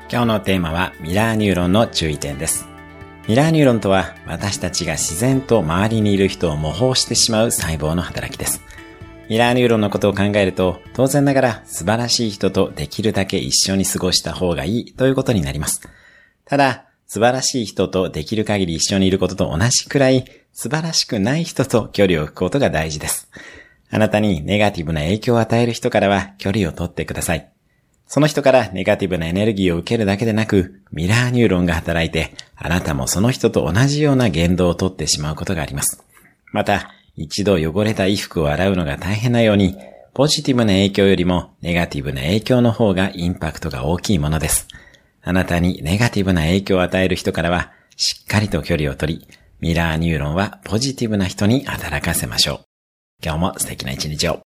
今日のテーマはミラーニューロンの注意点です。ミラーニューロンとは私たちが自然と周りにいる人を模倣してしまう細胞の働きです。ミラーニューロンのことを考えると当然ながら素晴らしい人とできるだけ一緒に過ごした方がいいということになります。ただ素晴らしい人とできる限り一緒にいることと同じくらい素晴らしくない人と距離を置くことが大事です。あなたにネガティブな影響を与える人からは距離を取ってください。その人からネガティブなエネルギーを受けるだけでなく、ミラーニューロンが働いて、あなたもその人と同じような言動をとってしまうことがあります。また、一度汚れた衣服を洗うのが大変なように、ポジティブな影響よりもネガティブな影響の方がインパクトが大きいものです。あなたにネガティブな影響を与える人からは、しっかりと距離を取り、ミラーニューロンはポジティブな人に働かせましょう。今日も素敵な一日を。